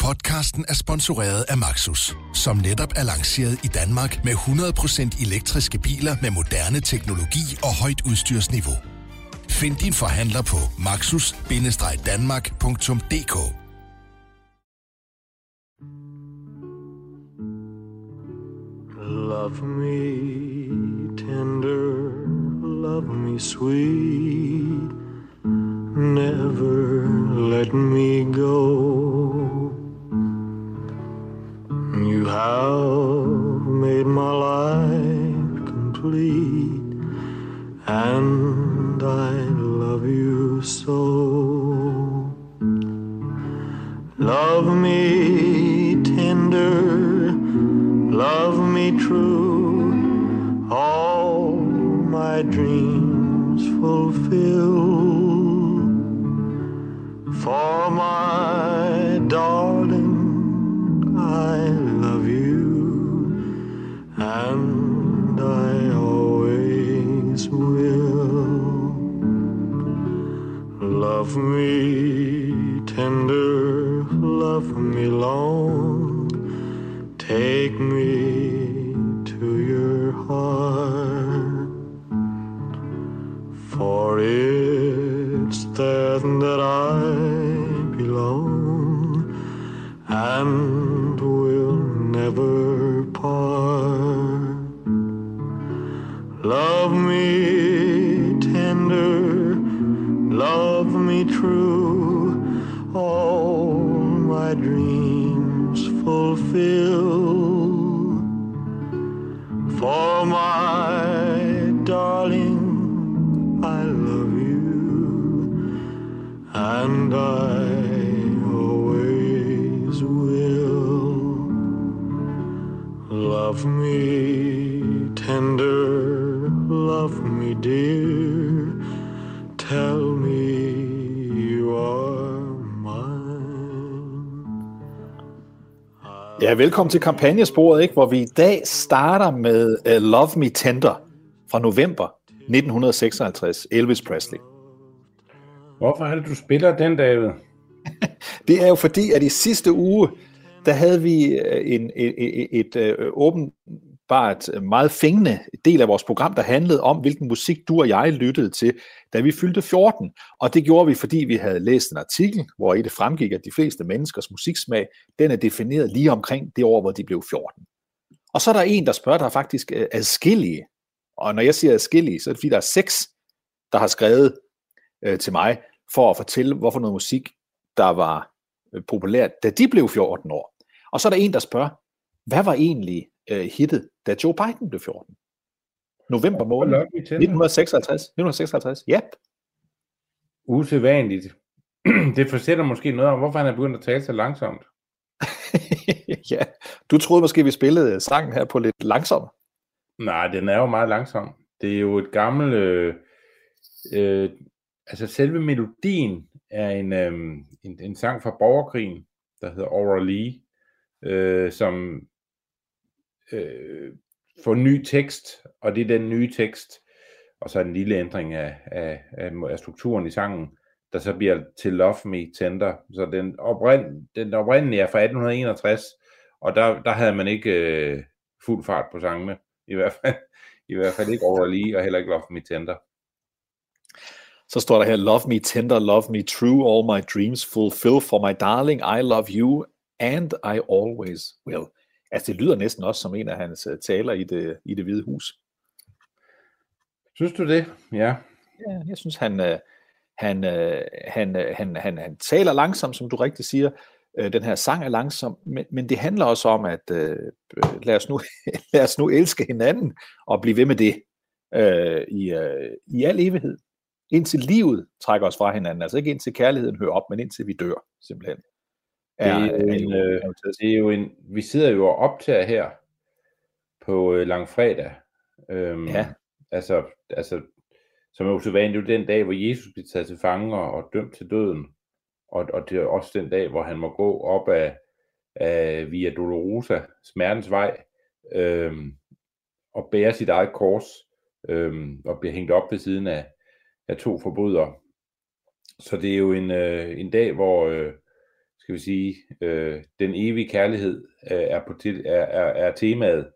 Podcasten er sponsoreret af Maxus, som netop er lanceret i Danmark med 100% elektriske biler med moderne teknologi og højt udstyrsniveau. Find din forhandler på maxus-danmark.dk. Love me tender, love me sweet, never let me go. You have made my life complete, and I love you so. Love me tender, love me true, all my dreams fulfill. For my darling, I love you, and I always will. Love me tender, love me long, take me to your heart, for it's there that I belong and will never part. Love me tender, love me true, all my dreams fulfill. For my darling, I love you, and I always will. Love me tender, love me dear, tell me you are mine. Ja, velkommen til kampagnesporet, ikke? Hvor vi i dag starter med Love Me Tender fra november 1956, Elvis Presley. Hvorfor er det, du spiller den, David? Det er jo fordi, at i sidste uge, der havde vi et åbenbart meget fængende del af vores program, der handlede om, hvilken musik du og jeg lyttede til, da vi fyldte 14. Og det gjorde vi, fordi vi havde læst en artikel, hvor i det fremgik, at de fleste menneskers musiksmag, den er defineret lige omkring det år, hvor de blev 14. Og så er der en, der spørger, der er faktisk adskillige. Og når jeg siger adskillige, så er det fordi, der er 6, der har skrevet til mig, for at fortælle, hvorfor noget musik, der var populært, da de blev 14 år. Og så er der en, der spørger, hvad var egentlig hittet, da Joe Biden blev 14? November måned 1956. Ja. Usædvanligt. Det fortæller måske noget om, hvorfor han er begyndt at tale så langsomt. Ja, du troede måske, vi spillede sangen her på lidt langsomt. Nej, den er jo meget langsom. Det er jo et gammelt... altså selve melodien er en sang fra borgerkrigen, der hedder Aura Lee, som får ny tekst, og det er den nye tekst, og så en lille ændring af strukturen i sangen, der så bliver til Love Me Tender. Så den oprindelige er fra 1861, og der havde man ikke fuld fart på sangene, i hvert fald ikke Aura Lee, og heller ikke Love Me Tender. Så står der her, love me tender, love me true, all my dreams fulfill, for my darling, I love you, and I always will. Altså, det lyder næsten også som en af hans taler i det Hvide Hus. Synes du det? Ja. Ja, jeg synes, han taler langsomt, som du rigtig siger. Den her sang er langsom, men det handler også om, at lad os nu elske hinanden, og blive ved med det i al evighed. Indtil livet trækker os fra hinanden, altså ikke indtil kærligheden hører op, men indtil vi dør, simpelthen. Vi sidder jo og optager her på langfredag. Ja. Altså, som er usædvanligt, den dag, hvor Jesus bliver taget til fange og dømt til døden. Og det er også den dag, hvor han må gå op af Via Dolorosa, smertens vej, og bære sit eget kors, og bliver hængt op ved siden af 2 forbrydere. Så det er jo en dag, hvor skal vi sige, den evige kærlighed er temaet.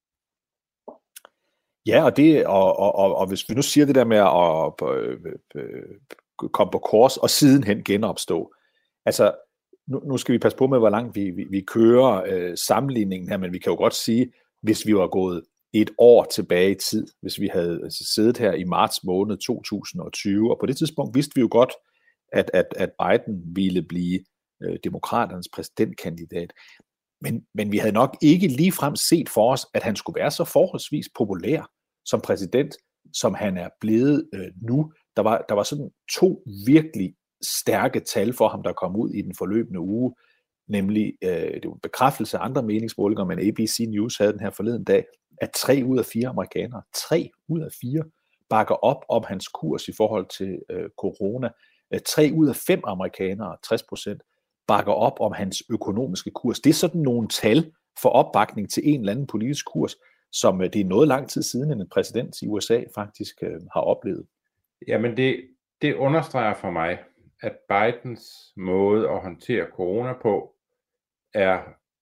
Ja, og hvis vi nu siger det der med at komme på kors og sidenhen genopstå, altså nu skal vi passe på med, hvor langt vi kører sammenligningen her, men vi kan jo godt sige, hvis vi var gået et år tilbage i tid, hvis vi havde siddet her i marts måned 2020, og på det tidspunkt vidste vi jo godt, at Biden ville blive demokraternes præsidentkandidat. Men vi havde nok ikke ligefrem set for os, at han skulle være så forholdsvis populær som præsident, som han er blevet nu. Der var sådan 2 virkelig stærke tal for ham, der kom ud i den forløbende uge, nemlig det var en bekræftelse af andre meningsmålinger, men ABC News havde den her forleden dag, at 3 ud af 4 amerikanere, 3 ud af 4, bakker op om hans kurs i forhold til corona. 3 ud af 5 amerikanere, 60%, bakker op om hans økonomiske kurs. Det er sådan nogle tal for opbakning til en eller anden politisk kurs, som det er noget lang tid siden, en præsident i USA faktisk har oplevet. Jamen det understreger for mig, at Bidens måde at håndtere corona på er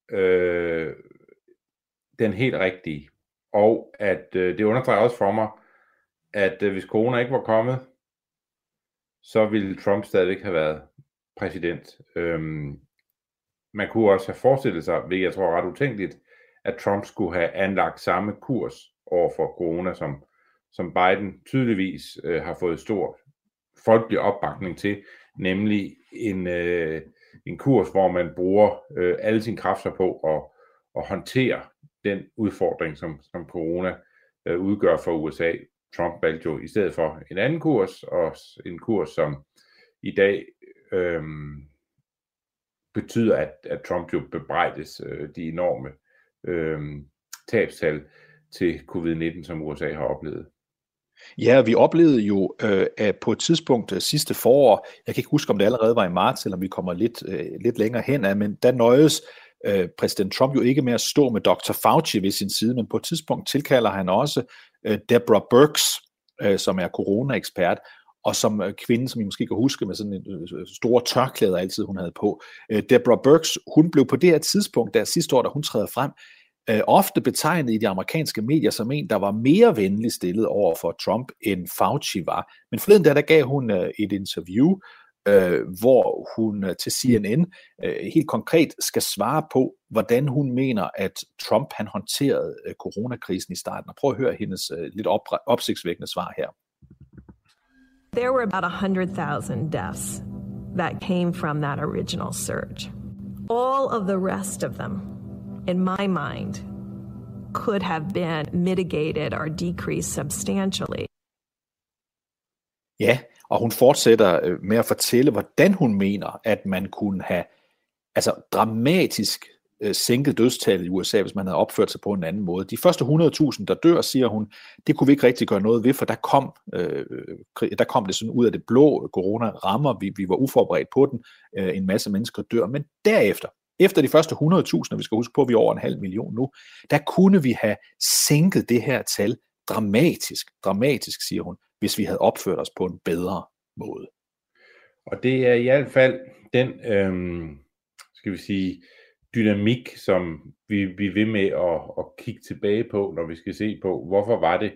den helt rigtige. Og at det understreger også for mig, at hvis corona ikke var kommet, så ville Trump stadigvæk have været præsident. Man kunne også have forestillet sig, hvilket jeg tror er ret utænkeligt, at Trump skulle have anlagt samme kurs over for corona, som Biden tydeligvis har fået stor folkelig opbakning til, nemlig en kurs, hvor man bruger alle sine kræfter på at håndtere den udfordring, som corona udgør for USA. Trump valgte jo i stedet for en anden kurs, og en kurs, som i dag betyder, at Trump jo bebrejdes de enorme tabstal til covid-19, som USA har oplevet. Ja, vi oplevede jo at på et tidspunkt sidste forår, jeg kan ikke huske, om det allerede var i marts, eller om vi kommer lidt længere hen af, men der nøjes præsident Trump jo ikke med at stå med Dr. Fauci ved sin side, men på et tidspunkt tilkalder han også Deborah Birx, som er corona-ekspert, og som kvinde, som I måske kan huske, med sådan en store tørklæder altid, hun havde på. Deborah Birx, hun blev på det her tidspunkt, der sidste år, da hun træder frem, ofte betegnet i de amerikanske medier som en, der var mere venlig stillet over for Trump, end Fauci var. Men forleden der gav hun et interview, hvor hun til CNN helt konkret skal svare på, hvordan hun mener, at Trump han håndterede coronakrisen i starten. Og prøv at høre hendes lidt opsigtsvækkende svar her. There were about 100,000 deaths that came from that original surge. All of the rest of them, in my mind, could have been mitigated or decreased substantially. Ja, og hun fortsætter med at fortælle, hvordan hun mener, at man kunne have dramatisk sænket dødstallet i USA, hvis man havde opført sig på en anden måde. De første 100.000, der dør, siger hun, det kunne vi ikke rigtig gøre noget ved, for der kom det sådan ud af det blå. Corona rammer, vi var uforberedt på den, en masse mennesker dør, men derefter, efter de første 100.000, og vi skal huske på, at vi er over 500.000 nu, der kunne vi have sænket det her tal dramatisk, siger hun, hvis vi havde opført os på en bedre måde. Og det er i hvert fald den, skal vi sige, dynamik, som vi vil med at kigge tilbage på, når vi skal se på, hvorfor var det,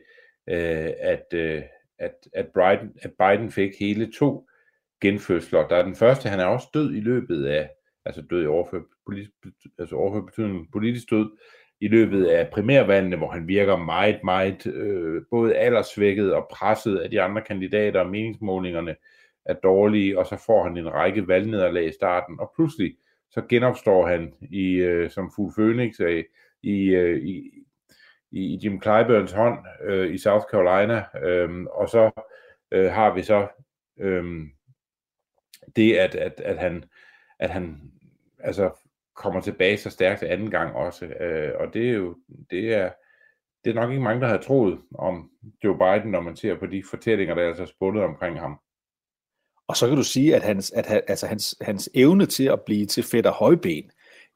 at Biden fik hele 2 genfødsler. Der er den første, han er også død i løbet af, altså død i overført betydning, politisk død, i løbet af primærvalgene, hvor han virker meget både alderssvækket og presset af de andre kandidater, og meningsmålingerne er dårlige, og så får han en række valgnederlag i starten, og pludselig så genopstår han som fugl Phoenix i Jim Clyburns hånd i South Carolina, og så har vi så det, at han altså kommer tilbage så stærkt anden gang også, og det er nok ikke mange, der havde troet om Joe Biden, når man ser på de fortællinger, der er altså spundet omkring ham. Og så kan du sige, at hans evne til at blive til fætter højben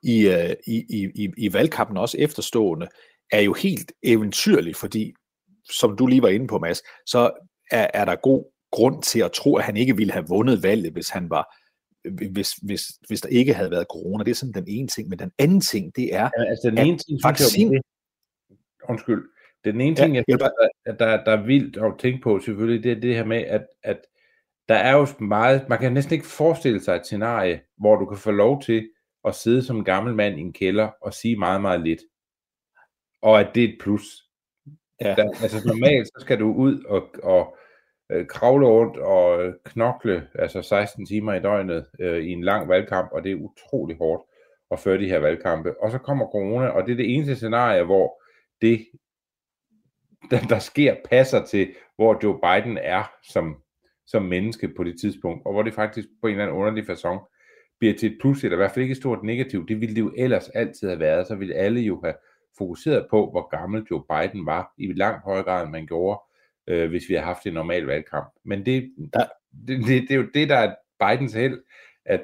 i valgkampen også efterstående, er jo helt eventyrlig, fordi, som du lige var inde på, Mads, så er der god grund til at tro, at han ikke ville have vundet valget, hvis han var hvis der ikke havde været corona. Det er sådan den ene ting, men den anden ting, det er, altså den ene ting, den ene ting, jeg synes, der er vildt at tænke på selvfølgelig, det er det her med, at der er jo meget, man kan næsten ikke forestille sig et scenarie, hvor du kan få lov til at sidde som en gammel mand i en kælder og sige meget, meget lidt. Og at det er et plus. Ja. Altså normalt, så skal du ud og kravle rundt og knokle, altså 16 timer i døgnet i en lang valgkamp, og det er utrolig hårdt at føre de her valgkampe. Og så kommer corona, og det er det eneste scenarie, hvor det, der sker, passer til, hvor Joe Biden er som menneske på det tidspunkt, og hvor det faktisk på en eller anden underlig facon bliver til et plus, eller i hvert fald ikke et stort negativt. Det ville det jo ellers altid have været, så ville alle jo have fokuseret på, hvor gammel Joe Biden var, i langt højere grad, end man gjorde, hvis vi har haft en normal valgkamp. Men det er jo det, der er Bidens held, at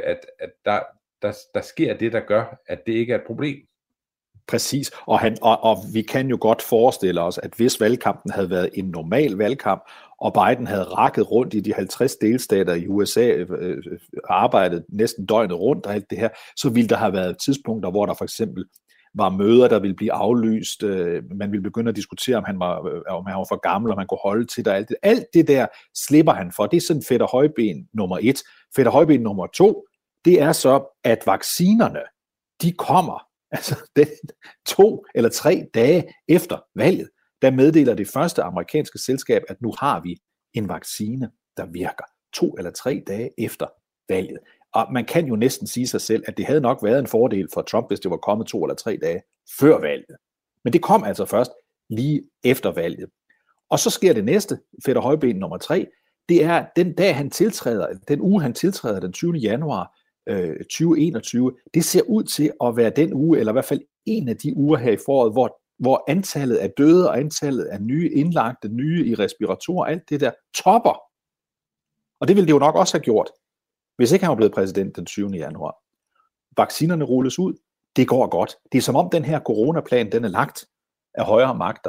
der sker det, der gør, at det ikke er et problem. Præcis, og vi kan jo godt forestille os, at hvis valgkampen havde været en normal valgkamp, og Biden havde rakket rundt i de 50 delstater i USA, arbejdet næsten døgnet rundt og alt det her, så ville der have været tidspunkter, hvor der for eksempel var møder, der ville blive aflyst, man ville begynde at diskutere, om han var for gammel, om han kunne holde til det. Alt det der slipper han for. Det er sådan Fætter Højben nummer 1. Fætter Højben nummer 2, det er så, at vaccinerne, de kommer, altså 2 eller 3 dage efter valget, der meddeler det første amerikanske selskab, at nu har vi en vaccine, der virker 2 eller 3 dage efter valget. Og man kan jo næsten sige sig selv, at det havde nok været en fordel for Trump, hvis det var kommet 2 eller 3 dage før valget. Men det kom altså først lige efter valget. Og så sker det næste, Fætter Højben nummer 3, det er den dag han tiltræder, den uge han tiltræder, den 20. januar 2021, det ser ud til at være den uge, eller i hvert fald en af de uger her i foråret, hvor antallet af døde og antallet af nye indlagte, nye i respiratorer, alt det der topper. Og det ville det jo nok også have gjort, hvis ikke han var blevet præsident den 20. januar. Vaccinerne rulles ud, det går godt. Det er som om den her coronaplan, den er lagt af højere magter,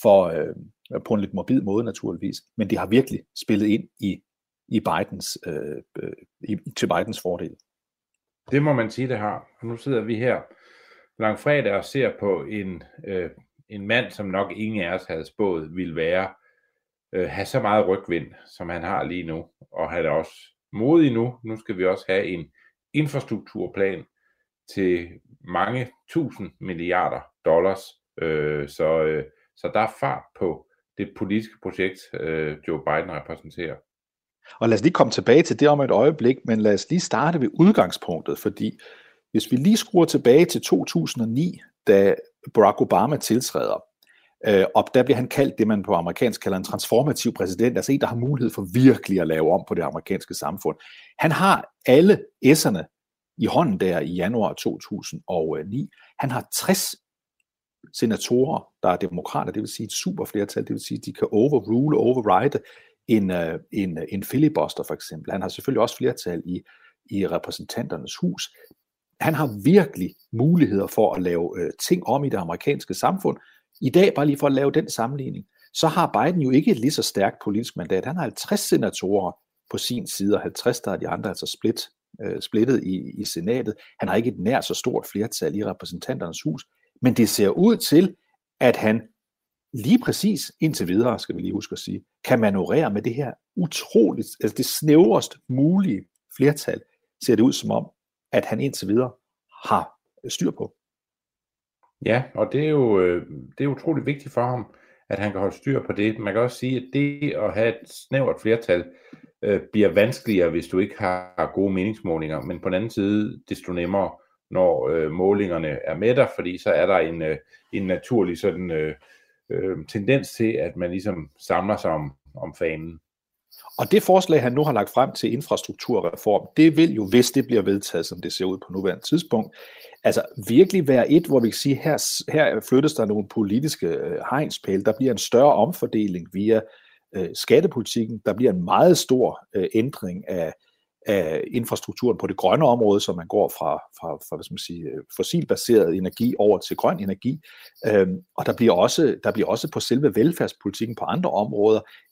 på en lidt morbid måde naturligvis, men det har virkelig spillet ind til Bidens fordel. Det må man sige, det har. Og nu sidder vi her langfredag og ser på en mand, som nok ingen af os havde spået, ville have så meget rygvind, som han har lige nu, og han er også modig nu. Nu skal vi også have en infrastrukturplan til mange 1000 milliarder dollars. Så der er fart på det politiske projekt, Joe Biden repræsenterer. Og lad os lige komme tilbage til det om et øjeblik, men lad os lige starte ved udgangspunktet, fordi hvis vi lige skruer tilbage til 2009, da Barack Obama tiltræder, og der bliver han kaldt det, man på amerikansk kalder en transformativ præsident, altså en, der har mulighed for virkelig at lave om på det amerikanske samfund. Han har alle S'erne i hånden der i januar 2009. Han har 60 senatorer, der er demokrater, det vil sige et superflertal, det vil sige, at de kan override en filibuster for eksempel. Han har selvfølgelig også flertal i repræsentanternes hus. Han har virkelig muligheder for at lave ting om i det amerikanske samfund. I dag, bare lige for at lave den sammenligning, så har Biden jo ikke et lige så stærkt politisk mandat. Han har 50 senatorer på sin side, og 50 der er de andre altså splittet i senatet. Han har ikke et nær så stort flertal i repræsentanternes hus, men det ser ud til, at han lige præcis indtil videre, skal vi lige huske at sige, kan manøvrere med det her utroligt, altså det snævrest mulige flertal, ser det ud som om, at han indtil videre har styr på. Ja, og det er utroligt vigtigt for ham, at han kan holde styr på det. Man kan også sige, at det at have et snævert flertal bliver vanskeligere, hvis du ikke har gode meningsmålinger, men på den anden side, desto nemmere, når målingerne er med dig, fordi så er der en naturlig sådan tendens til, at man ligesom samler sig om fanen. Og det forslag, han nu har lagt frem til infrastrukturreform, det vil jo, hvis det bliver vedtaget, som det ser ud på nuværende tidspunkt, altså virkelig være et, hvor vi kan sige, her flyttes der nogle politiske hegnspæle, der bliver en større omfordeling via skattepolitikken, der bliver en meget stor ændring af infrastrukturen på det grønne område, så man går fra hvad skal man sige, fossilbaseret energi over til grøn energi, og der bliver også på selve velfærdspolitikken på andre områder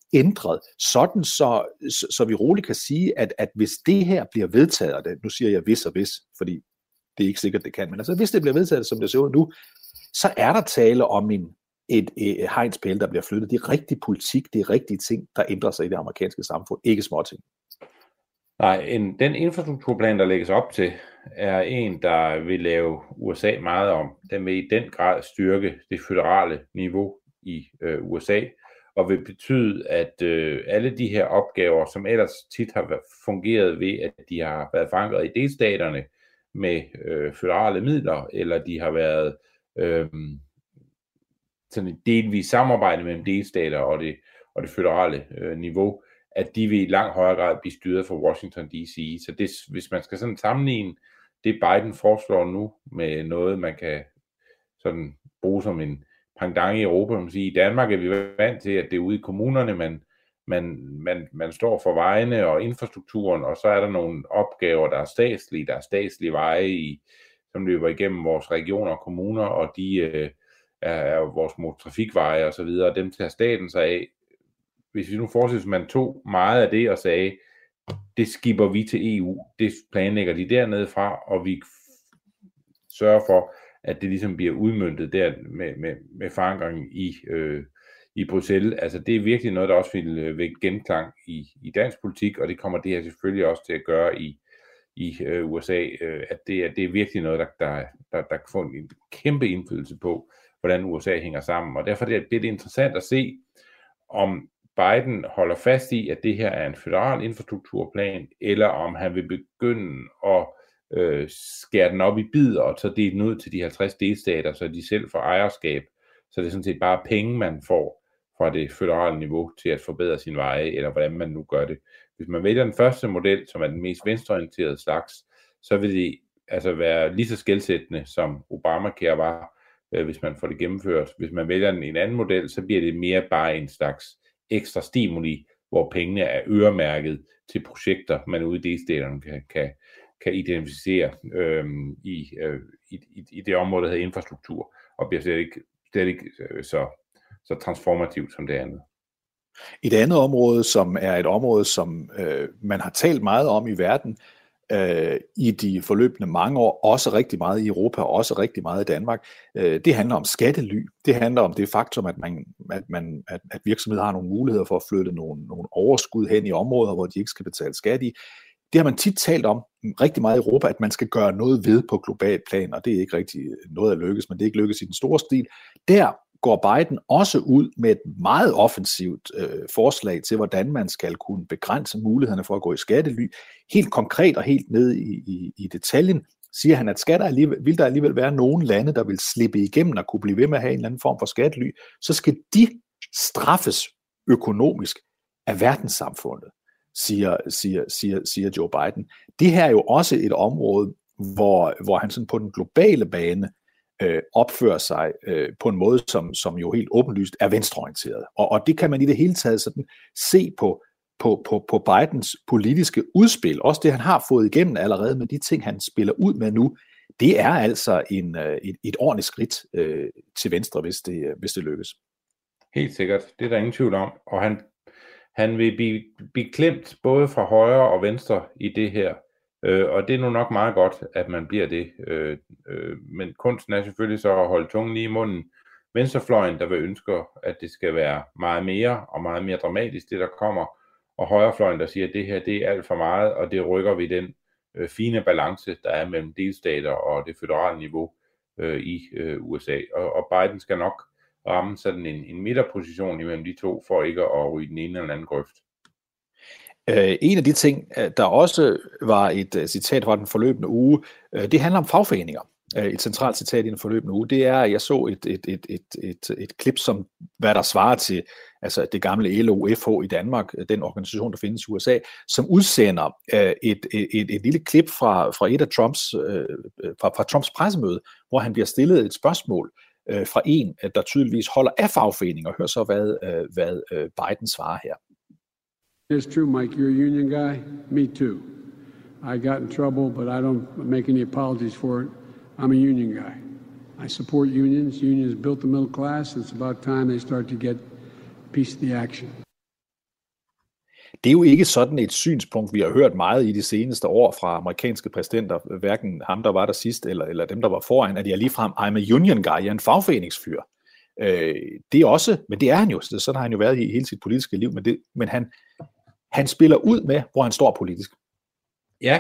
ændret, sådan så vi roligt kan sige, at hvis det her bliver vedtaget, nu siger jeg hvis og hvis, fordi det er ikke sikkert, det kan, men altså hvis det bliver vedtaget, som det ser ud nu, så er der tale om et hegnspæl, der bliver flyttet. Det er rigtig politik, det er rigtige ting, der ændrer sig i det amerikanske samfund, ikke små ting. Nej, den infrastrukturplan, der lægges op til, er en, der vil lave USA meget om. Den vil i den grad styrke det føderale niveau i USA, og vil betyde, at alle de her opgaver, som ellers tit har fungeret ved, at de har været forankret i delstaterne med føderale midler, eller de har været sådan et delvis samarbejde mellem delstater og det føderale niveau, at de vil i langt højere grad blive styret fra Washington D.C. Så det, hvis man skal sådan sammenligne det Biden foreslår nu med noget, man kan sådan bruge som en pendant i Europa, man sige, i Danmark er vi vant til, at det er ude i kommunerne, man står for vejene og infrastrukturen, og så er der nogle opgaver, der er statslige veje, som løber igennem vores regioner og kommuner, og de er vores motortrafikveje og så videre, dem tager staten sig af. Hvis vi nu forestiller os, at man tog meget af det og sagde, det skipper vi til EU, det planlægger de dernede fra, og vi sørger for, at det ligesom bliver udmøntet der med forankring i Bruxelles. Altså det er virkelig noget, der også vil vække genklang i dansk politik, og det kommer det her selvfølgelig også til at gøre i USA, at det er virkelig noget, der kan få en kæmpe indflydelse på, hvordan USA hænger sammen. Og derfor bliver det interessant at se, om Biden holder fast i, at det her er en federal infrastrukturplan, eller om han vil begynde at skære den op i bidder og så dele den ud til de 50 delstater, så de selv får ejerskab. Så det er sådan set bare penge, man får fra det føderale niveau til at forbedre sin veje, eller hvordan man nu gør det. Hvis man vælger den første model, som er den mest venstreorienterede slags, så vil det altså være lige så skelsættende, som Obamacare var, hvis man får det gennemført. Hvis man vælger en anden model, så bliver det mere bare en slags ekstra stimuli, hvor pengene er øremærket til projekter, man ude i delstaterne kan identificere i det område, der hedder infrastruktur, og bliver slet ikke så transformativt som det andet. Et andet område, som er et område, som man har talt meget om i verden i de forløbende mange år, også rigtig meget i Europa, også rigtig meget i Danmark, det handler om skattely. Det handler om det faktum, at virksomheder har nogle muligheder for at flytte nogle overskud hen i områder, hvor de ikke skal betale skat i. Det har man tit talt om rigtig meget i Europa, at man skal gøre noget ved på global plan, og det er ikke rigtig noget at lykkes, men det er ikke lykkes i den store stil. Der går Biden også ud med et meget offensivt forslag til, hvordan man skal kunne begrænse mulighederne for at gå i skattely. Helt konkret og helt ned i detaljen siger han, at vil der alligevel være nogle lande, der vil slippe igennem og kunne blive ved med at have en eller anden form for skattely, så skal de straffes økonomisk af verdenssamfundet, siger Joe Biden. Det her er jo også et område, hvor han sådan på den globale bane opfører sig på en måde, som jo helt åbenlyst er venstreorienteret. Og det kan man i det hele taget sådan se på Bidens politiske udspil. Også det, han har fået igennem allerede med de ting, han spiller ud med nu, det er altså et ordentligt skridt til venstre, hvis det lykkes. Helt sikkert. Det er der ingen tvivl om. Og han vil blive klemt både fra højre og venstre i det her. Og det er nu nok meget godt, at man bliver det. Men kunsten er selvfølgelig så at holde tungen lige i munden. Venstrefløjen, der vil ønske, at det skal være meget mere og meget mere dramatisk, det der kommer. Og højrefløjen, der siger, at det her det er alt for meget, og det rykker vi den fine balance, der er mellem delstater og det føderale niveau i USA. Og Biden skal nok ramme sådan en midterposition imellem de to, for ikke at ryge den ene eller anden grøft. En af de ting, der også var et citat fra den forløbende uge, det handler om fagforeninger. Et centralt citat i den forløbende uge, det er, at jeg så et klip, som hvad der svarer til altså det gamle LO-FH i Danmark, den organisation, der findes i USA, som udsender et lille klip fra et af fra Trumps pressemøde, hvor han bliver stillet et spørgsmål fra en, der tydeligvis holder af fagforeninger. Hør så, hvad Biden svarer her. It's true, Mike. You're a union guy. Me too. I got in trouble, but I don't make any apologies for it. I'm a union guy. I support unions. Unions built the middle class. It's about time they start to get a piece of the action. Det er jo ikke sådan et synspunkt, vi har hørt meget i de seneste år fra amerikanske præsidenter, hverken ham, der var der sidst, eller dem, der var foran, at de er ligefrem, I'm a union guy, jeg er en fagforeningsfyr. Det er også, men det er han jo, sådan har han jo været i hele sit politiske liv, men han spiller ud med, hvor han står politisk. Ja,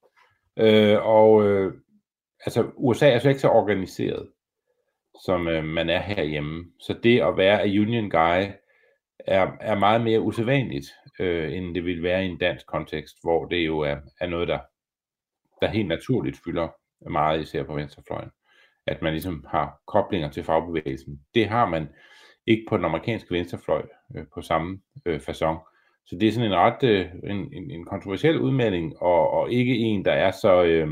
altså USA er så ikke så organiseret, som man er herhjemme. Så det at være a union guy er meget mere usædvanligt, end det vil være i en dansk kontekst, hvor det jo er noget, der helt naturligt fylder meget, især på venstrefløjen. At man ligesom har koblinger til fagbevægelsen. Det har man ikke på den amerikanske venstrefløj på samme facon. Så det er sådan en ret en kontroversiel udmelding, og ikke en, der er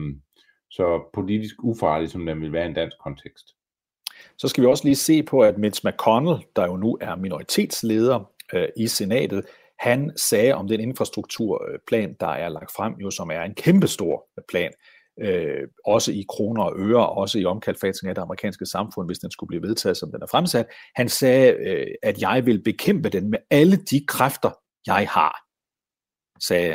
så politisk ufarlig, som den vil være i en dansk kontekst. Så skal vi også lige se på, at Mitch McConnell, der jo nu er minoritetsleder i senatet, han sagde om den infrastrukturplan, der er lagt frem, jo som er en kæmpestor plan, også i kroner og øre, også i omkalfatring af det amerikanske samfund, hvis den skulle blive vedtaget, som den er fremsat. Han sagde, at jeg vil bekæmpe den med alle de kræfter, jeg har, sagde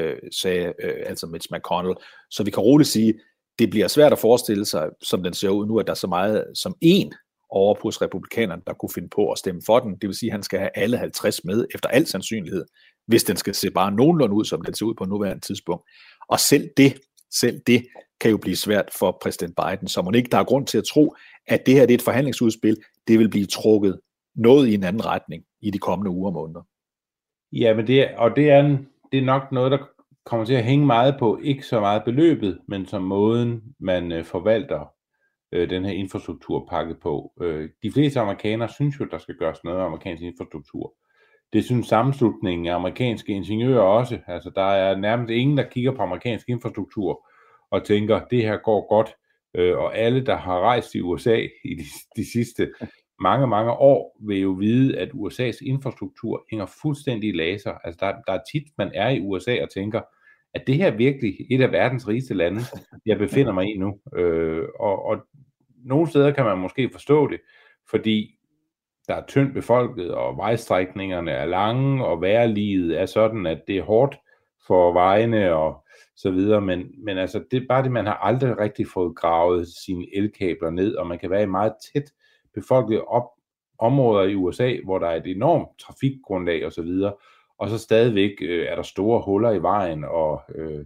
altså Mitch McConnell. Så vi kan roligt sige, det bliver svært at forestille sig, som den ser ud nu, at der er så meget som en over hos republikanerne, der kunne finde på at stemme for den. Det vil sige, at han skal have alle 50 med, efter al sandsynlighed, hvis den skal se bare nogenlunde ud, som den ser ud på nuværende tidspunkt. Og selv det kan jo blive svært for præsident Biden, så man ikke der er grund til at tro, at det her det er et forhandlingsudspil, det vil blive trukket noget i en anden retning i de kommende uger og måneder. Ja, men det er nok noget, der kommer til at hænge meget på, ikke så meget beløbet, men som måden, man forvalter den her infrastrukturpakke på. De fleste amerikanere synes jo, der skal gøres noget af amerikansk infrastruktur. Det synes sammenslutningen af amerikanske ingeniører også. Altså, der er nærmest ingen, der kigger på amerikansk infrastruktur og tænker, det her går godt. Og alle, der har rejst i USA i de sidste mange år, vil jo vide, at USA's infrastruktur hænger fuldstændig i laser. Altså, der er tit, man er i USA og tænker, at det her er virkelig et af verdens rigeste lande, jeg befinder mig i nu. Og nogle steder kan man måske forstå det, fordi der er tyndt befolket, og vejstrækningerne er lange, og vejrliget er sådan, at det er hårdt for vejene og så videre, men altså, det er bare det, man har aldrig rigtig fået gravet sine elkabler ned, og man kan være i meget tæt befolkede områder i USA, hvor der er et enormt trafikgrundlag og så videre, og så stadigvæk er der store huller i vejen, og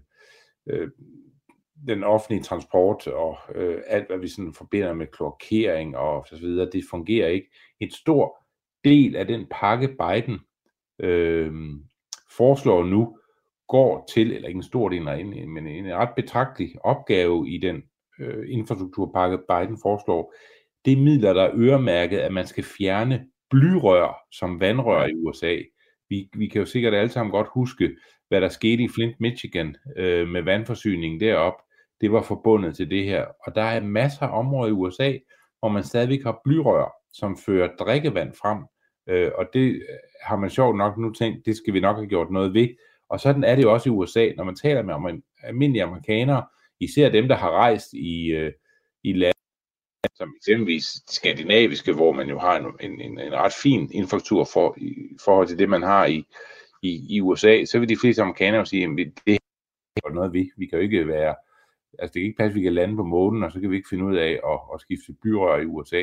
den offentlige transport og alt, hvad vi sådan forbinder med kloakering og så videre, det fungerer ikke. En stor del af den pakke, Biden foreslår nu, går til, eller ikke en stor del, men en ret betragtelig opgave i den infrastrukturpakke, Biden foreslår, det er midler, der er øremærket, at man skal fjerne blyrør som vandrør i USA. Vi kan jo sikkert alle sammen godt huske, hvad der skete i Flint, Michigan med vandforsyningen deroppe. Det var forbundet til det her. Og der er masser af områder i USA, hvor man stadigvæk har blyrør, som fører drikkevand frem. Og det har man sjovt nok nu tænkt, det skal vi nok have gjort noget ved. Og sådan er det jo også i USA, når man taler med almindelige amerikanere, især dem, der har rejst i lande, som eksempelvis skandinaviske, hvor man jo har en ret fin infrastruktur i forhold til det, man har i USA, så vil de fleste amerikanere sige, at det er noget, vi kan jo ikke være, altså det kan ikke passe, at vi kan lande på månen, og så kan vi ikke finde ud af at skifte blyrør i USA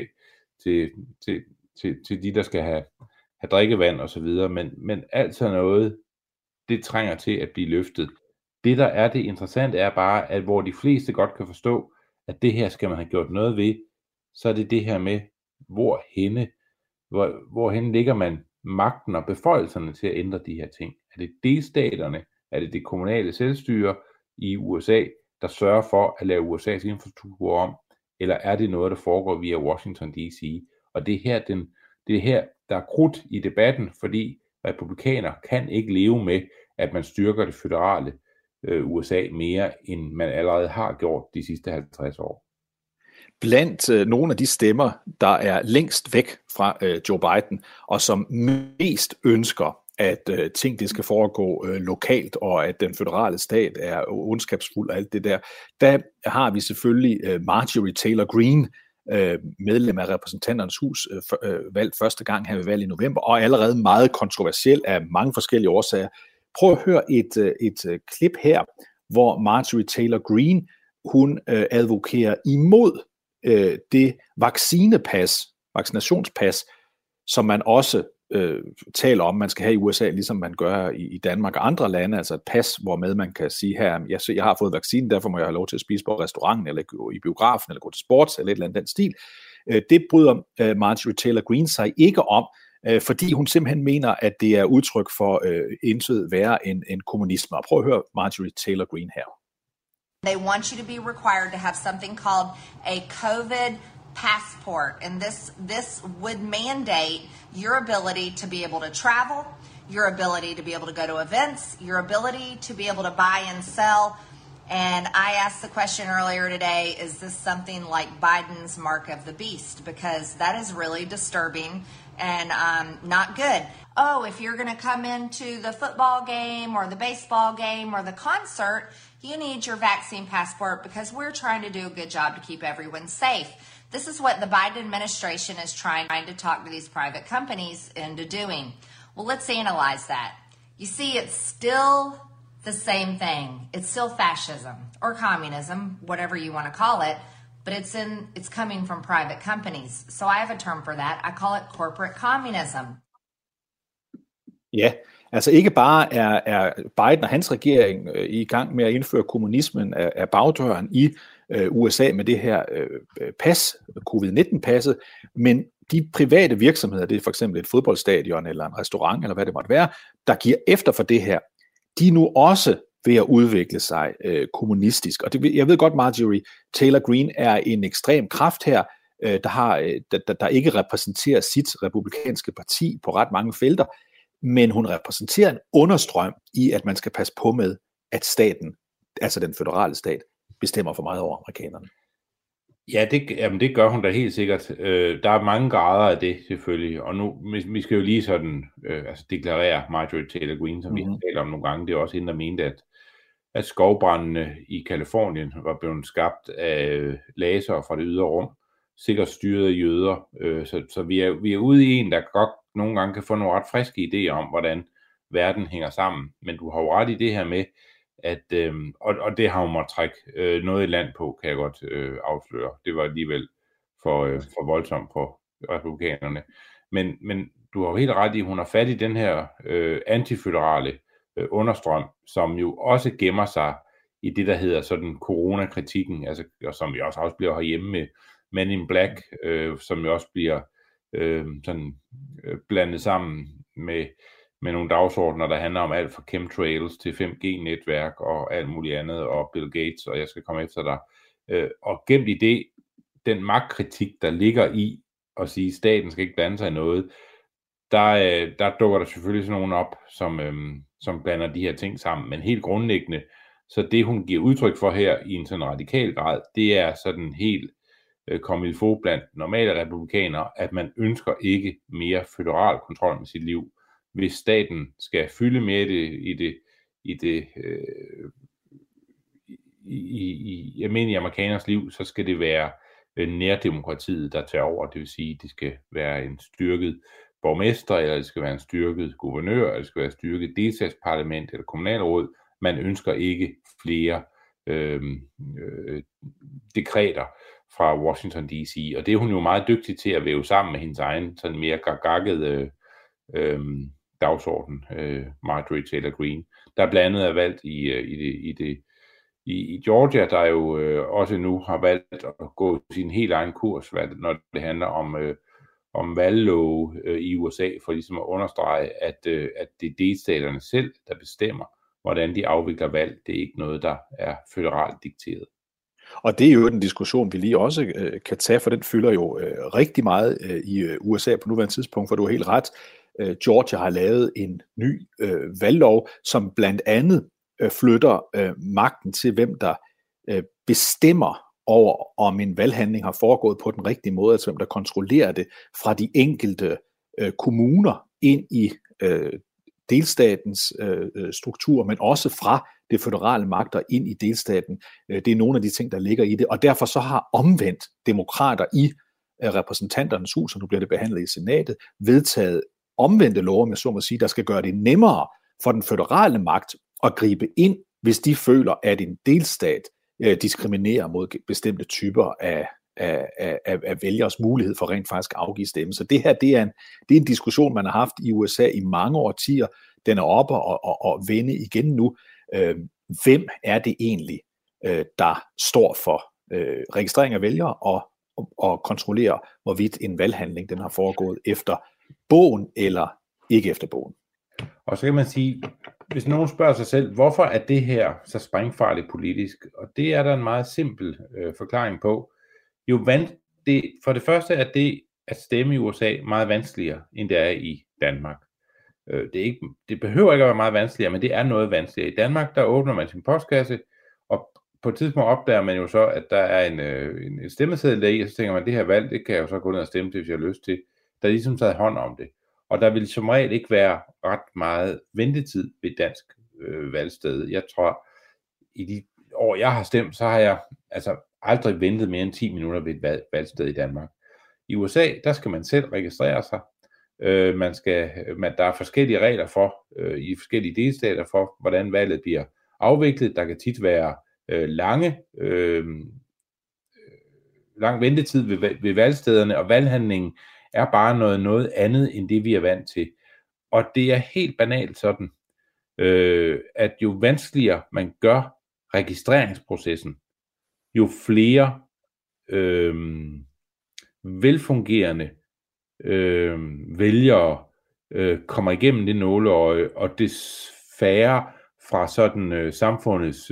til de, der skal have drikkevand og så videre, men alt sådan noget, det trænger til at blive løftet. Det, der er det interessante, er bare, at hvor de fleste godt kan forstå, at det her skal man have gjort noget ved, så er det her med, hvorhen ligger man magten og beføjelserne til at ændre de her ting. Er det delstaterne, er det kommunale selvstyre i USA, der sørger for at lave USA's infrastruktur om, eller er det noget, der foregår via Washington D.C.? Og det er her, der er krudt i debatten, fordi republikanere kan ikke leve med, at man styrker det føderale USA mere, end man allerede har gjort de sidste 50 år. Blandt nogle af de stemmer, der er længst væk fra Joe Biden, og som mest ønsker, at ting det skal foregå lokalt, og at den føderale stat er ondskabsfuld og alt det der har vi selvfølgelig Marjorie Taylor Greene, medlem af repræsentanternes hus, valgt første gang her ved valget i november, og allerede meget kontroversiel af mange forskellige årsager, Prøv at høre et klip her, hvor Marjorie Taylor Greene, hun advokerer imod det vaccinationspas, som man også taler om, man skal have i USA, ligesom man gør i Danmark og andre lande, altså et pas, hvormed man kan sige her, jeg har fået vaccinen, derfor må jeg have lov til at spise på restauranten, eller gå i biografen, eller gå til sports, eller et eller andet den stil. Det bryder Marjorie Taylor Greene sig ikke om, fordi hun simpelthen mener, at det er udtryk for intet værre end kommunisme. Og prøv at høre Marjorie Taylor Greene her. They want you to be required to have something called a COVID passport, and this would mandate your ability to be able to travel, your ability to be able to go to events, your ability to be able to buy and sell. And I asked the question earlier today, is this something like Biden's mark of the beast? Because that is really disturbing and not good. Oh, if you're going to come into the football game or the baseball game or the concert, you need your vaccine passport because we're trying to do a good job to keep everyone safe. This is what the Biden administration is trying to talk to these private companies into doing. Well, let's analyze that. You see, it's still the same thing. It's still fascism or communism, whatever you want to call it, but it's coming from private companies. So I have a term for that. I call it corporate communism. Ja, altså ikke bare er Biden og hans regering i gang med at indføre kommunismen af bagdøren i USA med det her pas, covid-19-passet, men de private virksomheder, det er for eksempel et fodboldstadion eller en restaurant eller hvad det måtte være, der giver efter for det her, de er nu også ved at udvikle sig kommunistisk. Og jeg ved godt, Marjorie Taylor Greene er en ekstrem kraft her, der ikke repræsenterer sit republikanske parti på ret mange felter, men hun repræsenterer en understrøm i, at man skal passe på med, at staten, altså den føderale stat, bestemmer for meget over amerikanerne. Ja, det gør hun da helt sikkert. Der er mange grader af det selvfølgelig, og nu vi skal jo lige sådan deklarere Marjorie Taylor Greene, som vi har talt om nogle gange. Det er også hende, der mente, at skovbrændene i Kalifornien var blevet skabt af lasere fra det ydre rum, sikkert styrede jøder. Så vi er ude i en, der godt nogle gange kan få nogle ret friske idéer om, hvordan verden hænger sammen. Men du har jo ret i det her med, at, og det har hun måttet trække noget i land på, kan jeg godt afsløre. Det var alligevel for voldsomt for republikanerne. Men du har jo helt ret i, at hun har fat i den her antiføderale understrøm, som jo også gemmer sig i det, der hedder sådan coronakritikken, altså, og som vi også afspiller herhjemme med Men in Black, som jo også bliver blandet sammen med nogle dagsordner, der handler om alt fra chemtrails til 5G-netværk og alt muligt andet, og Bill Gates, og jeg skal komme efter dig. Og gemt i det, den magtkritik, der ligger i at sige, at staten skal ikke blande sig i noget, der dukker der selvfølgelig sådan nogen op, som blander de her ting sammen. Men helt grundlæggende, så det hun giver udtryk for her i en sådan radikal grad, det er sådan helt comme il faut blandt normale republikanere, at man ønsker ikke mere føderal kontrol med sit liv. Hvis staten skal fylde mere i amerikaners liv, så skal det være nærdemokratiet, der tager over. Det vil sige, at det skal være en styrket borgmester, eller det skal være en styrket guvernør, eller det skal være en styrket delstatsparlament eller kommunalråd. Man ønsker ikke flere dekreter fra Washington D.C., og det er hun jo meget dygtig til at væve sammen med hendes egen sådan mere gagakkede dagsorden, Marjorie Taylor Greene. Der blandt andet er valgt i Georgia, der jo også nu har valgt at gå sin helt egen kurs, når det handler om valglove i USA, for ligesom at understrege, at det er delstaterne selv, der bestemmer, hvordan de afvikler valg. Det er ikke noget, der er føderalt dikteret. Og det er jo en diskussion, vi lige også kan tage, for den fylder jo rigtig meget i USA på nuværende tidspunkt, for du er helt ret. Georgia har lavet en ny valglov, som blandt andet flytter magten til, hvem der bestemmer over, om en valghandling har foregået på den rigtige måde, altså hvem der kontrollerer det fra de enkelte kommuner ind i delstatens struktur, men også fra det føderale magter ind i delstaten. Det er nogle af de ting, der ligger i det, og derfor så har omvendt demokrater i repræsentanternes hus, og nu bliver det behandlet i senatet, vedtaget omvendte love, med så må sige, der skal gøre det nemmere for den føderale magt at gribe ind, hvis de føler, at en delstat diskriminerer mod bestemte typer af vælgers mulighed for rent faktisk at afgive stemme. Så det her, det er en diskussion, man har haft i USA i mange årtier. Den er oppe og vende igen nu. Hvem er det egentlig, der står for registrering af vælgere og kontrollerer, hvorvidt en valghandling den har foregået efter bogen eller ikke efter bogen? Og så kan man sige, hvis nogen spørger sig selv, hvorfor er det her så sprængfarligt politisk? Og det er der en meget simpel forklaring på. For det første er det at stemme i USA meget vanskeligere, end det er i Danmark. Det behøver ikke at være meget vanskeligere, men det er noget vanskeligere. I Danmark, der åbner man sin postkasse, og på et tidspunkt opdager man jo så, at der er en stemmeseddel deri, og så tænker man, det her valg, det kan jeg jo så gå ned og stemme til, hvis jeg har lyst til. Der er ligesom taget hånd om det. Og der vil som regel ikke være ret meget ventetid ved et dansk valgsted. Jeg tror, i de år, jeg har stemt, så har jeg altså aldrig ventet mere end 10 minutter ved et valgsted i Danmark. I USA, der skal man selv registrere sig. Der er forskellige regler for, i forskellige delstater for, hvordan valget bliver afviklet. Der kan tit være lang ventetid ved valgstederne, og valghandlingen er bare noget andet, end det vi er vant til. Og det er helt banalt sådan, at jo vanskeligere man gør registreringsprocessen, jo flere velfungerende vælgere kommer igennem det nåleøje, og des færre fra sådan samfundets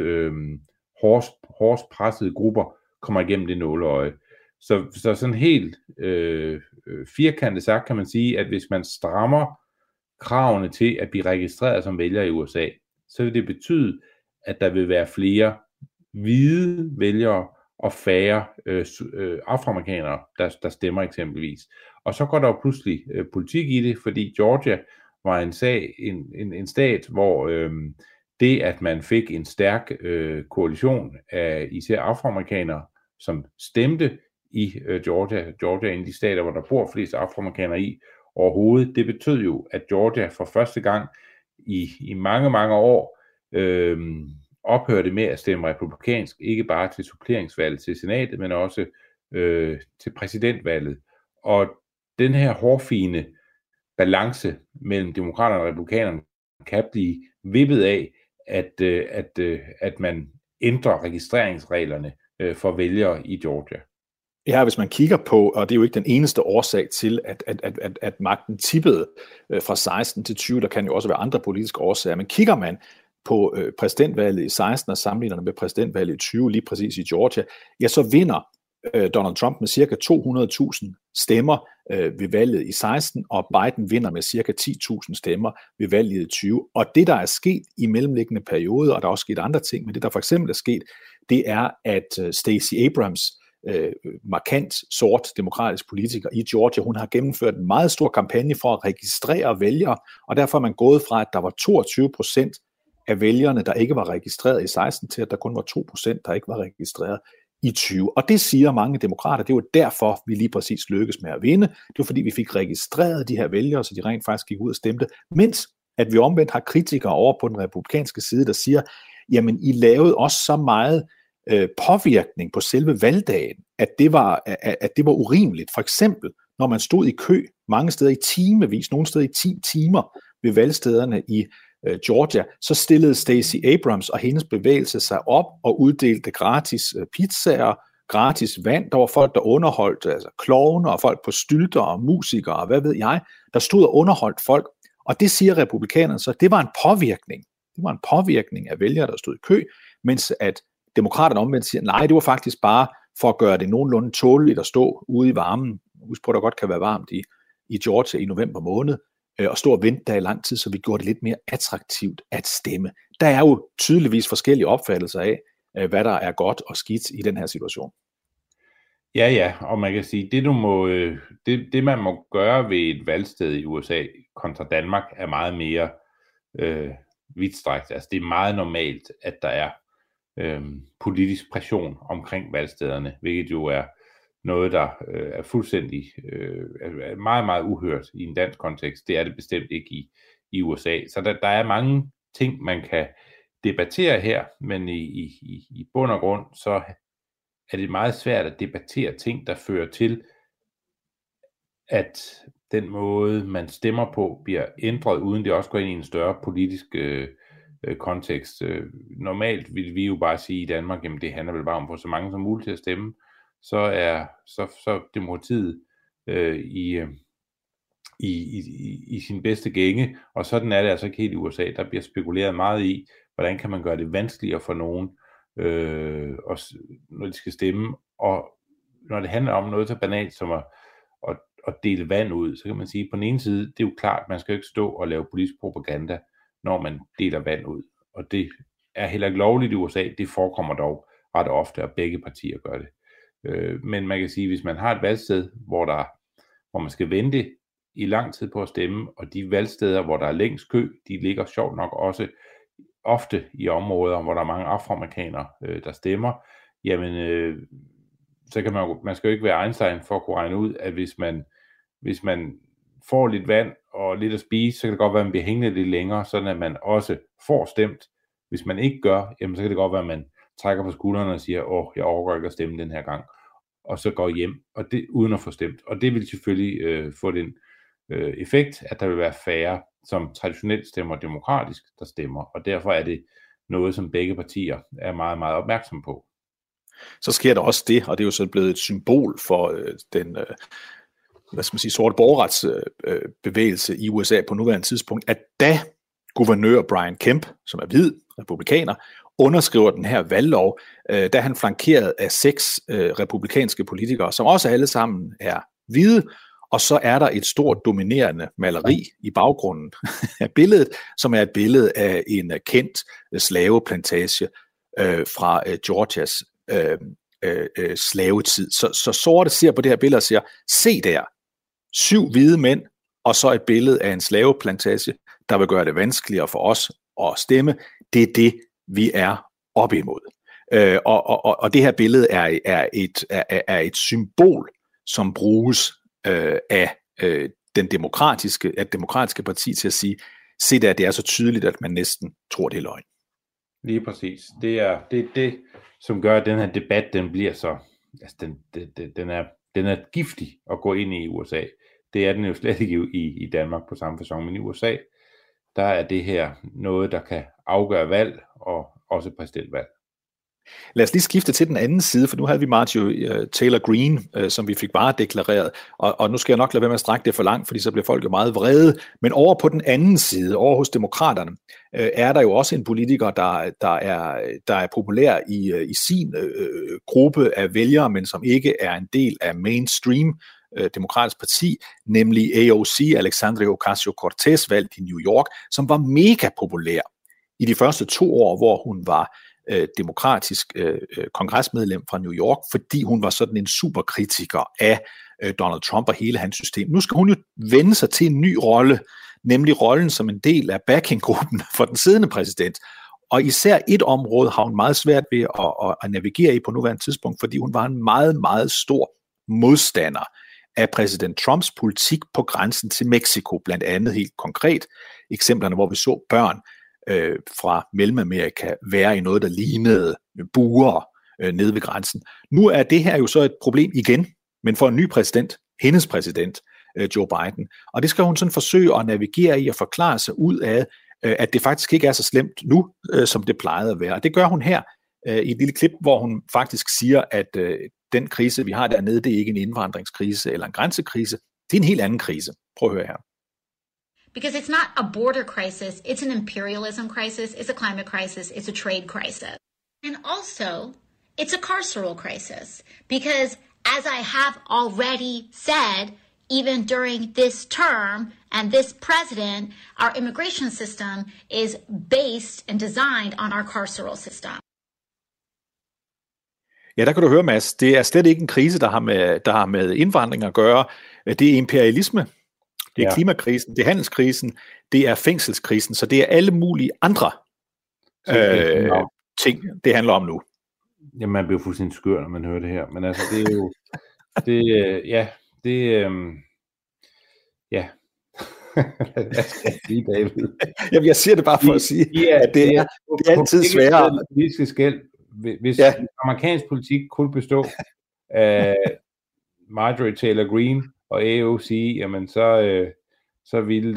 hårdest pressede grupper kommer igennem det nåleøje. Så sådan helt firkantet sagt kan man sige, at hvis man strammer kravene til at blive registreret som vælger i USA, så vil det betyde, at der vil være flere hvide vælgere og færre afroamerikanere, der stemmer eksempelvis. Og så går der jo pludselig politik i det, fordi Georgia var en stat, hvor det, at man fik en stærk koalition af især afroamerikanere, som stemte i Georgia er en af de stater, hvor der bor flest afroamerikanere i overhovedet, det betød jo, at Georgia for første gang i mange, mange år ophørte med at stemme republikansk, ikke bare til suppleringsvalget til senatet, men også til præsidentvalget. Og den her hårfine balance mellem demokraterne og republikanerne kan blive vippet af, at man ændrer registreringsreglerne for vælgere i Georgia. Ja, hvis man kigger på, og det er jo ikke den eneste årsag til, at magten tippede fra 16 til 20, der kan jo også være andre politiske årsager, men kigger man på præsidentvalget i 16 og sammenligner det med præsidentvalget i 20, lige præcis i Georgia, ja, så vinder Donald Trump med cirka 200.000 stemmer ved valget i 16, og Biden vinder med cirka 10.000 stemmer ved valget i 20. Og det, der er sket i mellemliggende perioder, og der er også sket andre ting, men det, der for eksempel er sket, det er, at Stacey Abrams, markant sort demokratisk politiker i Georgia, hun har gennemført en meget stor kampagne for at registrere vælgere, og derfor er man gået fra, at der var 22% af vælgerne, der ikke var registreret i 16, til at der kun var 2%, der ikke var registreret i 20. Og det siger mange demokrater, det var derfor, vi lige præcis lykkedes med at vinde. Det var fordi, vi fik registreret de her vælgere, så de rent faktisk gik ud og stemte, mens at vi omvendt har kritikere over på den republikanske side, der siger, jamen I lavede også så meget påvirkning på selve valgdagen, at det var urimeligt. For eksempel, når man stod i kø mange steder i timevis, nogle steder i 10 timer ved valgstederne i Georgia, så stillede Stacey Abrams og hendes bevægelse sig op og uddelte gratis pizzaer, gratis vand. Der var folk, der underholdt, altså klovner og folk på stylter og musikere og hvad ved jeg, der stod og underholdt folk. Og det siger republikanerne så, det var en påvirkning. Det var en påvirkning af vælgere, der stod i kø, mens at demokraterne omvendt siger, nej, det var faktisk bare for at gøre det nogenlunde tåleligt at stå ude i varmen. Husk på, at der godt kan være varmt i Georgia i november måned, og stå og vente der i lang tid, så vi gjorde det lidt mere attraktivt at stemme. Der er jo tydeligvis forskellige opfattelser af, hvad der er godt og skidt i den her situation. Ja, og man kan sige, det man må gøre ved et valgsted i USA kontra Danmark er meget mere vidtstrækt. Altså det er meget normalt, at der er politisk pression omkring valgstederne, hvilket jo er noget, der er fuldstændig meget, meget uhørt i en dansk kontekst. Det er det bestemt ikke i USA. Så der er mange ting, man kan debattere her, men i bund og grund, så er det meget svært at debattere ting, der fører til, at den måde, man stemmer på, bliver ændret, uden det også går ind i en større politisk kontekst. Normalt vil vi jo bare sige i Danmark, jamen det handler vel bare om at få så mange som muligt til at stemme, så demokratiet i sin bedste gænge, og sådan er det altså ikke helt i USA. Der bliver spekuleret meget i, hvordan kan man gøre det vanskeligere for nogen, når de skal stemme, og når det handler om noget så banalt som at dele vand ud, så kan man sige, på den ene side, det er jo klart, man skal jo ikke stå og lave politisk propaganda, når man deler vand ud, og det er heller ikke lovligt i USA, det forekommer dog ret ofte, at begge partier gør det. Men man kan sige, hvis man har et valgsted, hvor man skal vente i lang tid på at stemme, og de valgsteder, hvor der er længst kø, de ligger sjovt nok også ofte i områder, hvor der er mange afroamerikanere, der stemmer, jamen så kan man skal jo ikke være Einstein for at kunne regne ud, at hvis man får lidt vand og lidt at spise, så kan det godt være, at man bliver hængende lidt længere, sådan at man også får stemt. Hvis man ikke gør, jamen så kan det godt være, at man trækker på skuldrene og siger, jeg overgår ikke at stemme den her gang, og så går hjem, og det uden at få stemt. Og det vil selvfølgelig få den effekt, at der vil være færre, som traditionelt stemmer demokratisk, der stemmer, og derfor er det noget, som begge partier er meget, meget opmærksom på. Så sker der også det, og det er jo så blevet et symbol for den sorte borgerretsbevægelse i USA på nuværende tidspunkt, at da guvernør Brian Kemp, som er hvid republikaner, underskriver den her valglov, da han flankeret af 6 republikanske politikere, som også alle sammen er hvide, og så er der et stort dominerende maleri i baggrunden af billedet, som er et billede af en kendt slaveplantage fra Georgias slavetid. Så sorte ser på det her billede og siger, se der, 7 hvide mænd, og så et billede af en slaveplantage, der vil gøre det vanskeligere for os at stemme. Det er det, vi er op imod. Og det her billede er et symbol, som bruges af det demokratiske parti til at sige, se der, det er så tydeligt, at man næsten tror, det er løgn. Lige præcis. Det er det, som gør, at den her debat, den bliver så, altså den er giftig at gå ind i USA. Det er den jo slet ikke i Danmark på samme facon, men i USA, der er det her noget, der kan afgøre valg, og også præsidentvalg. Lad os lige skifte til den anden side, for nu havde vi Marjorie Taylor Greene, som vi fik bare deklareret, og nu skal jeg nok lade være med at strække det for langt, fordi så bliver folk jo meget vrede, men over på den anden side, over hos demokraterne, er der jo også en politiker, der er populær i sin gruppe af vælgere, men som ikke er en del af mainstream demokratisk parti, nemlig AOC, Alexandria Ocasio-Cortez, valgt i New York, som var mega populær i de første 2 år, hvor hun var demokratisk kongresmedlem fra New York, fordi hun var sådan en superkritiker af Donald Trump og hele hans system. Nu skal hun jo vende sig til en ny rolle, nemlig rollen som en del af backinggruppen for den siddende præsident. Og især et område har hun meget svært ved at navigere i på nuværende tidspunkt, fordi hun var en meget, meget stor modstander af præsident Trumps politik på grænsen til Mexico, blandt andet helt konkret eksemplerne, hvor vi så børn fra Mellemamerika være i noget, der lignede buer nede ved grænsen. Nu er det her jo så et problem igen, men for en ny præsident, hendes præsident, Joe Biden. Og det skal hun sådan forsøge at navigere i og forklare sig ud af, at det faktisk ikke er så slemt nu, som det plejede at være. Og det gør hun her i et lille klip, hvor hun faktisk siger, at den krise, vi har dernede, det er ikke en indvandringskrise eller en grænsekrise. Det er en helt anden krise. Prøv at høre her. Because it's not a border crisis, it's an imperialism crisis, it's a climate crisis, it's a trade crisis. And also, it's a carceral crisis. Because as I have already said, even during this term and this president, our immigration system is based and designed on our carceral system. Ja, der kan du høre, Mads. Det er slet ikke en krise, der har med indvandring at gøre. Det er imperialisme. Det er klimakrisen, det er handelskrisen, det er fængselskrisen, så det er alle mulige andre ting, det handler om nu. Jamen, man bliver fuldstændig skør, når man hører det her, men altså, det er jo, Hvad skal jeg sige, David? Jamen, jeg siger det bare for at sige, at det er altid sværere. Politiske skel. Hvis amerikansk politik kunne bestå af Marjorie Taylor Greene og AOC, jamen så ville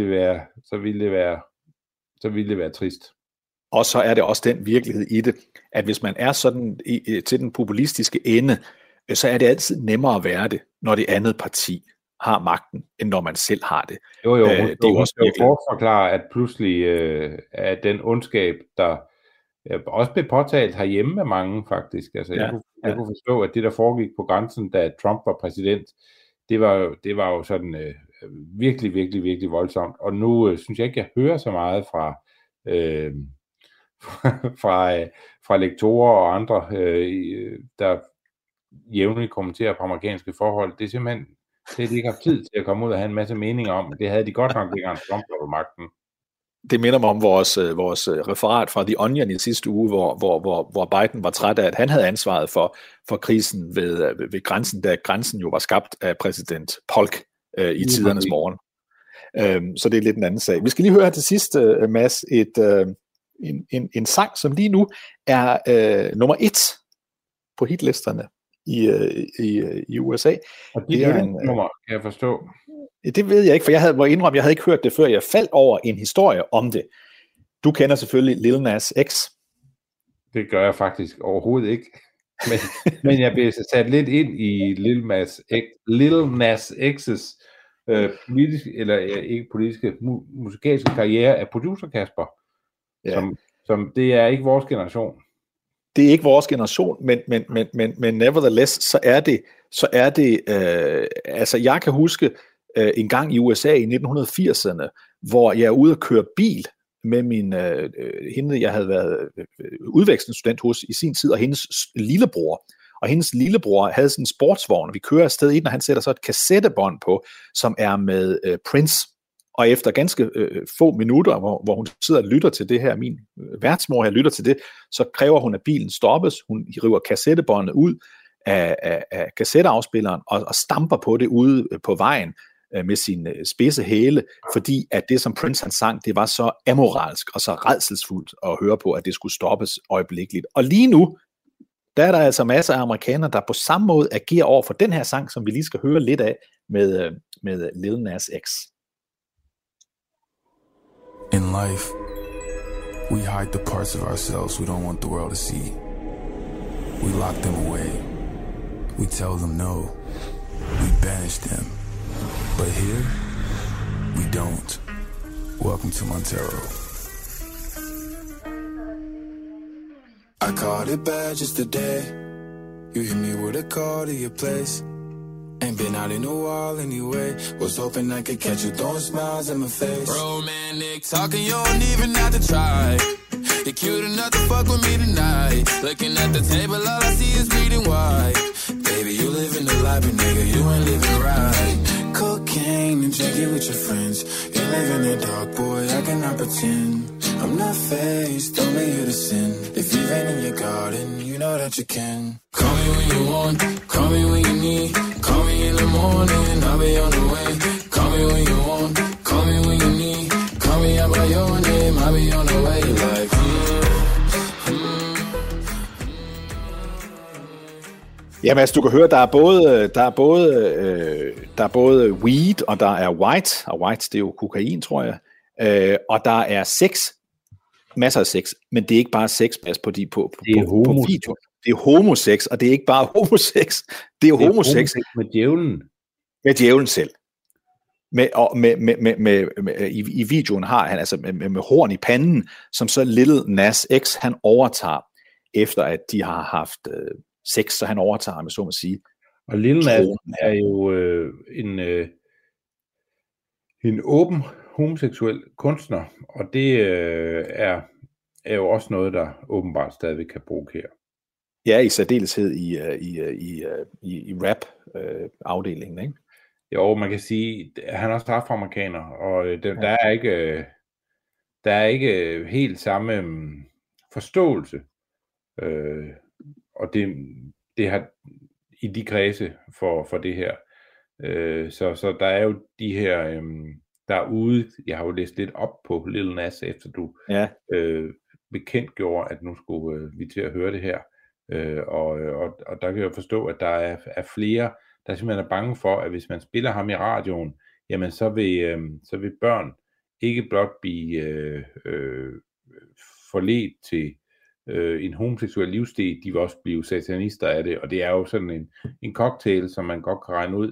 det være trist. Og så er det også den virkelighed i det, at hvis man er sådan til den populistiske ende, så er det altid nemmere at være det, når det andet parti har magten, end når man selv har det. Jo, det er jo også virkelig. Forklare, at pludselig er den ondskab, der også blev påtalt herhjemme af mange, faktisk. Altså, jeg kunne forstå, at det, der foregik på grænsen, da Trump var præsident, det var jo sådan virkelig, virkelig, virkelig voldsomt. Og nu synes jeg ikke, jeg hører så meget fra lektorer og andre, der jævnligt kommenterer på amerikanske forhold. Det er simpelthen, det har de ikke haft tid til at komme ud og have en masse meninger om. Det havde de godt nok dengang Trump var på magten. Det minder mig om vores referat fra The Onion i sidste uge, hvor Biden var træt af, at han havde ansvaret for krisen ved grænsen, da grænsen jo var skabt af præsident Polk i tidernes morgen. Så det er lidt en anden sag. Vi skal lige høre her til sidst, Mads, en sang, som lige nu er nummer 1 på hitlisterne i USA. Og det er en nummer, kan jeg forstå. Det ved jeg ikke, for jeg havde ikke hørt det før. Jeg faldt over en historie om det. Du kender selvfølgelig Lil Nas X. Det gør jeg faktisk overhovedet ikke. Men jeg bliver sat lidt ind i Lil Nas X's musikalske karriere af producer Kasper. Ja. Som det er ikke vores generation. Det er ikke vores generation, men nevertheless, så er det altså jeg kan huske en gang i USA i 1980'erne, hvor jeg er ude at køre bil med min hende, jeg havde været udvekslingsstudent hos i sin tid, og hendes lillebror. Og hendes lillebror havde sådan en sportsvogn, og vi kører afsted i den, og han sætter så et kassettebånd på, som er med Prince. Og efter ganske få minutter, hvor hun sidder og lytter til det her, min værtsmor her lytter til det, så kræver hun, at bilen stoppes. Hun river kassettebåndet ud af kassetteafspilleren og stamper på det ude på vejen med sin spidse hæle, fordi at det, som Prince han sang, det var så amoralsk og så rædselsfuldt at høre på, at det skulle stoppes øjeblikkeligt. Og lige nu, der er der altså masser af amerikanere, der på samme måde agerer over for den her sang, som vi lige skal høre lidt af med Lil Nas X. In life, we hide the parts of ourselves we don't want the world to see. We lock them away. We tell them no. We banish them. But here, we don't. Welcome to Montero. I caught it bad just today. You hit me with a call to your place. Ain't been out in a while anyway. Was hoping I could catch you throwing smiles in my face. Romantic talking, you don't even have to try. You're cute enough to fuck with me tonight. Looking at the table, all I see is bleeding white. Baby, you living the life, but nigga, you ain't living right. Cocaine and drinking with your friends. You live in the dark, boy, I cannot pretend. I'm not faced, only here to sin. If you've been in your garden, you know that you can. Call me when you want, call me when you need. Call me in the morning, I'll be on the way. Call me when you want, call me when you need. Call me out by your name, I'll be on the way. Like, Jamen altså, du kan høre, der er både weed, og der er white, og white det er jo kokain, tror jeg, og der er sex, masser af sex, men det er ikke bare sex, på video. Det er homosex, og det er ikke bare homosex, det er homosex med djævlen. Med djævlen selv. I videoen har han altså med horn i panden, som så Lil Nas X han overtager, efter at de har haft sex, så han overtager, med så må sige. Og Lil Nas er jo en åben homoseksuel kunstner, og det er jo også noget, der åbenbart stadigvæk kan provokere. Ja, i særdeleshed i rap-afdelingen, ikke? Jo, man kan sige, at han er også afroamerikaner, og der er ikke helt samme forståelse, og det har i de kredse for det her. Så der er jo de her derude, jeg har jo læst lidt op på Lil Nas, efter du bekendtgjorde, at nu skulle vi til at høre det her. Og der kan jeg forstå, at der er flere, der simpelthen er bange for, at hvis man spiller ham i radioen, jamen så vil børn ikke blot blive forledt til en homoseksuel livsstil, de vil også blive satanister af det, og det er jo sådan en cocktail, som man godt kan regne ud,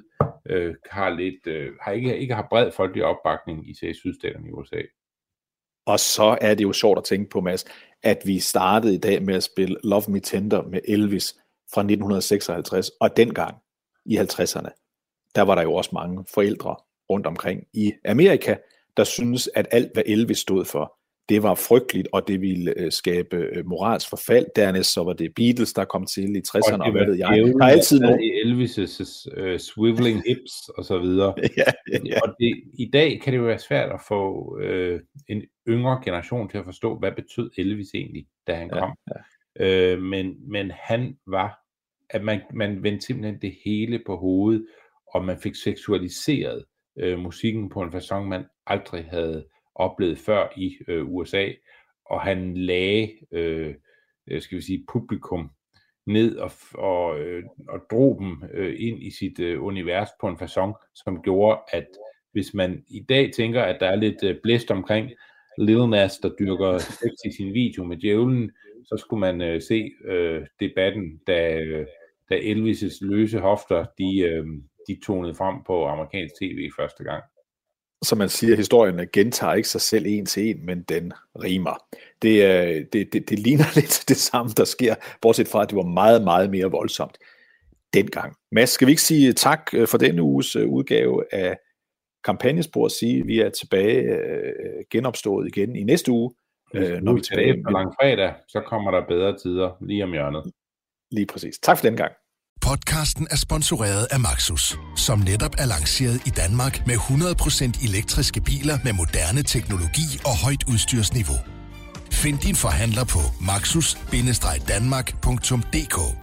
ikke har bred folkelig opbakning i sydstaterne i USA. Og så er det jo sjovt at tænke på, Mads, at vi startede i dag med at spille Love Me Tender med Elvis fra 1956, og dengang i 50'erne, der var der jo også mange forældre rundt omkring i Amerika, der synes, at alt, hvad Elvis stod for, det var frygteligt, og det ville skabe moralsk forfald. Dernæst så var det Beatles, der kom til i 60'erne, og hvad ved jeg. Der er altid noget Elvis' swiveling hips og så videre. Ja. Og i dag kan det jo være svært at få en yngre generation til at forstå, hvad betød Elvis egentlig, da han kom. Ja. Men han var, at man vendte simpelthen det hele på hovedet, og man fik seksualiseret musikken på en facon, man aldrig havde oplevet før i USA, og han lagde, publikum ned og drog dem ind i sit univers på en facon, som gjorde, at hvis man i dag tænker, at der er lidt blæst omkring Lil Nas, der dyrker sex i sin video med djævlen, så skulle man se debatten, da Elvis' løse hofter, de tonede frem på amerikansk tv første gang. Som man siger, historien gentager ikke sig selv en til en, men den rimer. Det ligner lidt det samme, der sker, bortset fra, at det var meget, meget mere voldsomt dengang. Mads, skal vi ikke sige tak for denne uges udgave af Kampagnespor, sige, vi er tilbage genopstået igen i næste uge. Når vi er tilbage på langfredag, så kommer der bedre tider lige om hjørnet. Lige præcis. Tak for den gang. Podcasten er sponsoreret af Maxus, som netop er lanceret i Danmark med 100% elektriske biler med moderne teknologi og højt udstyrsniveau. Find din forhandler på maxus-danmark.dk.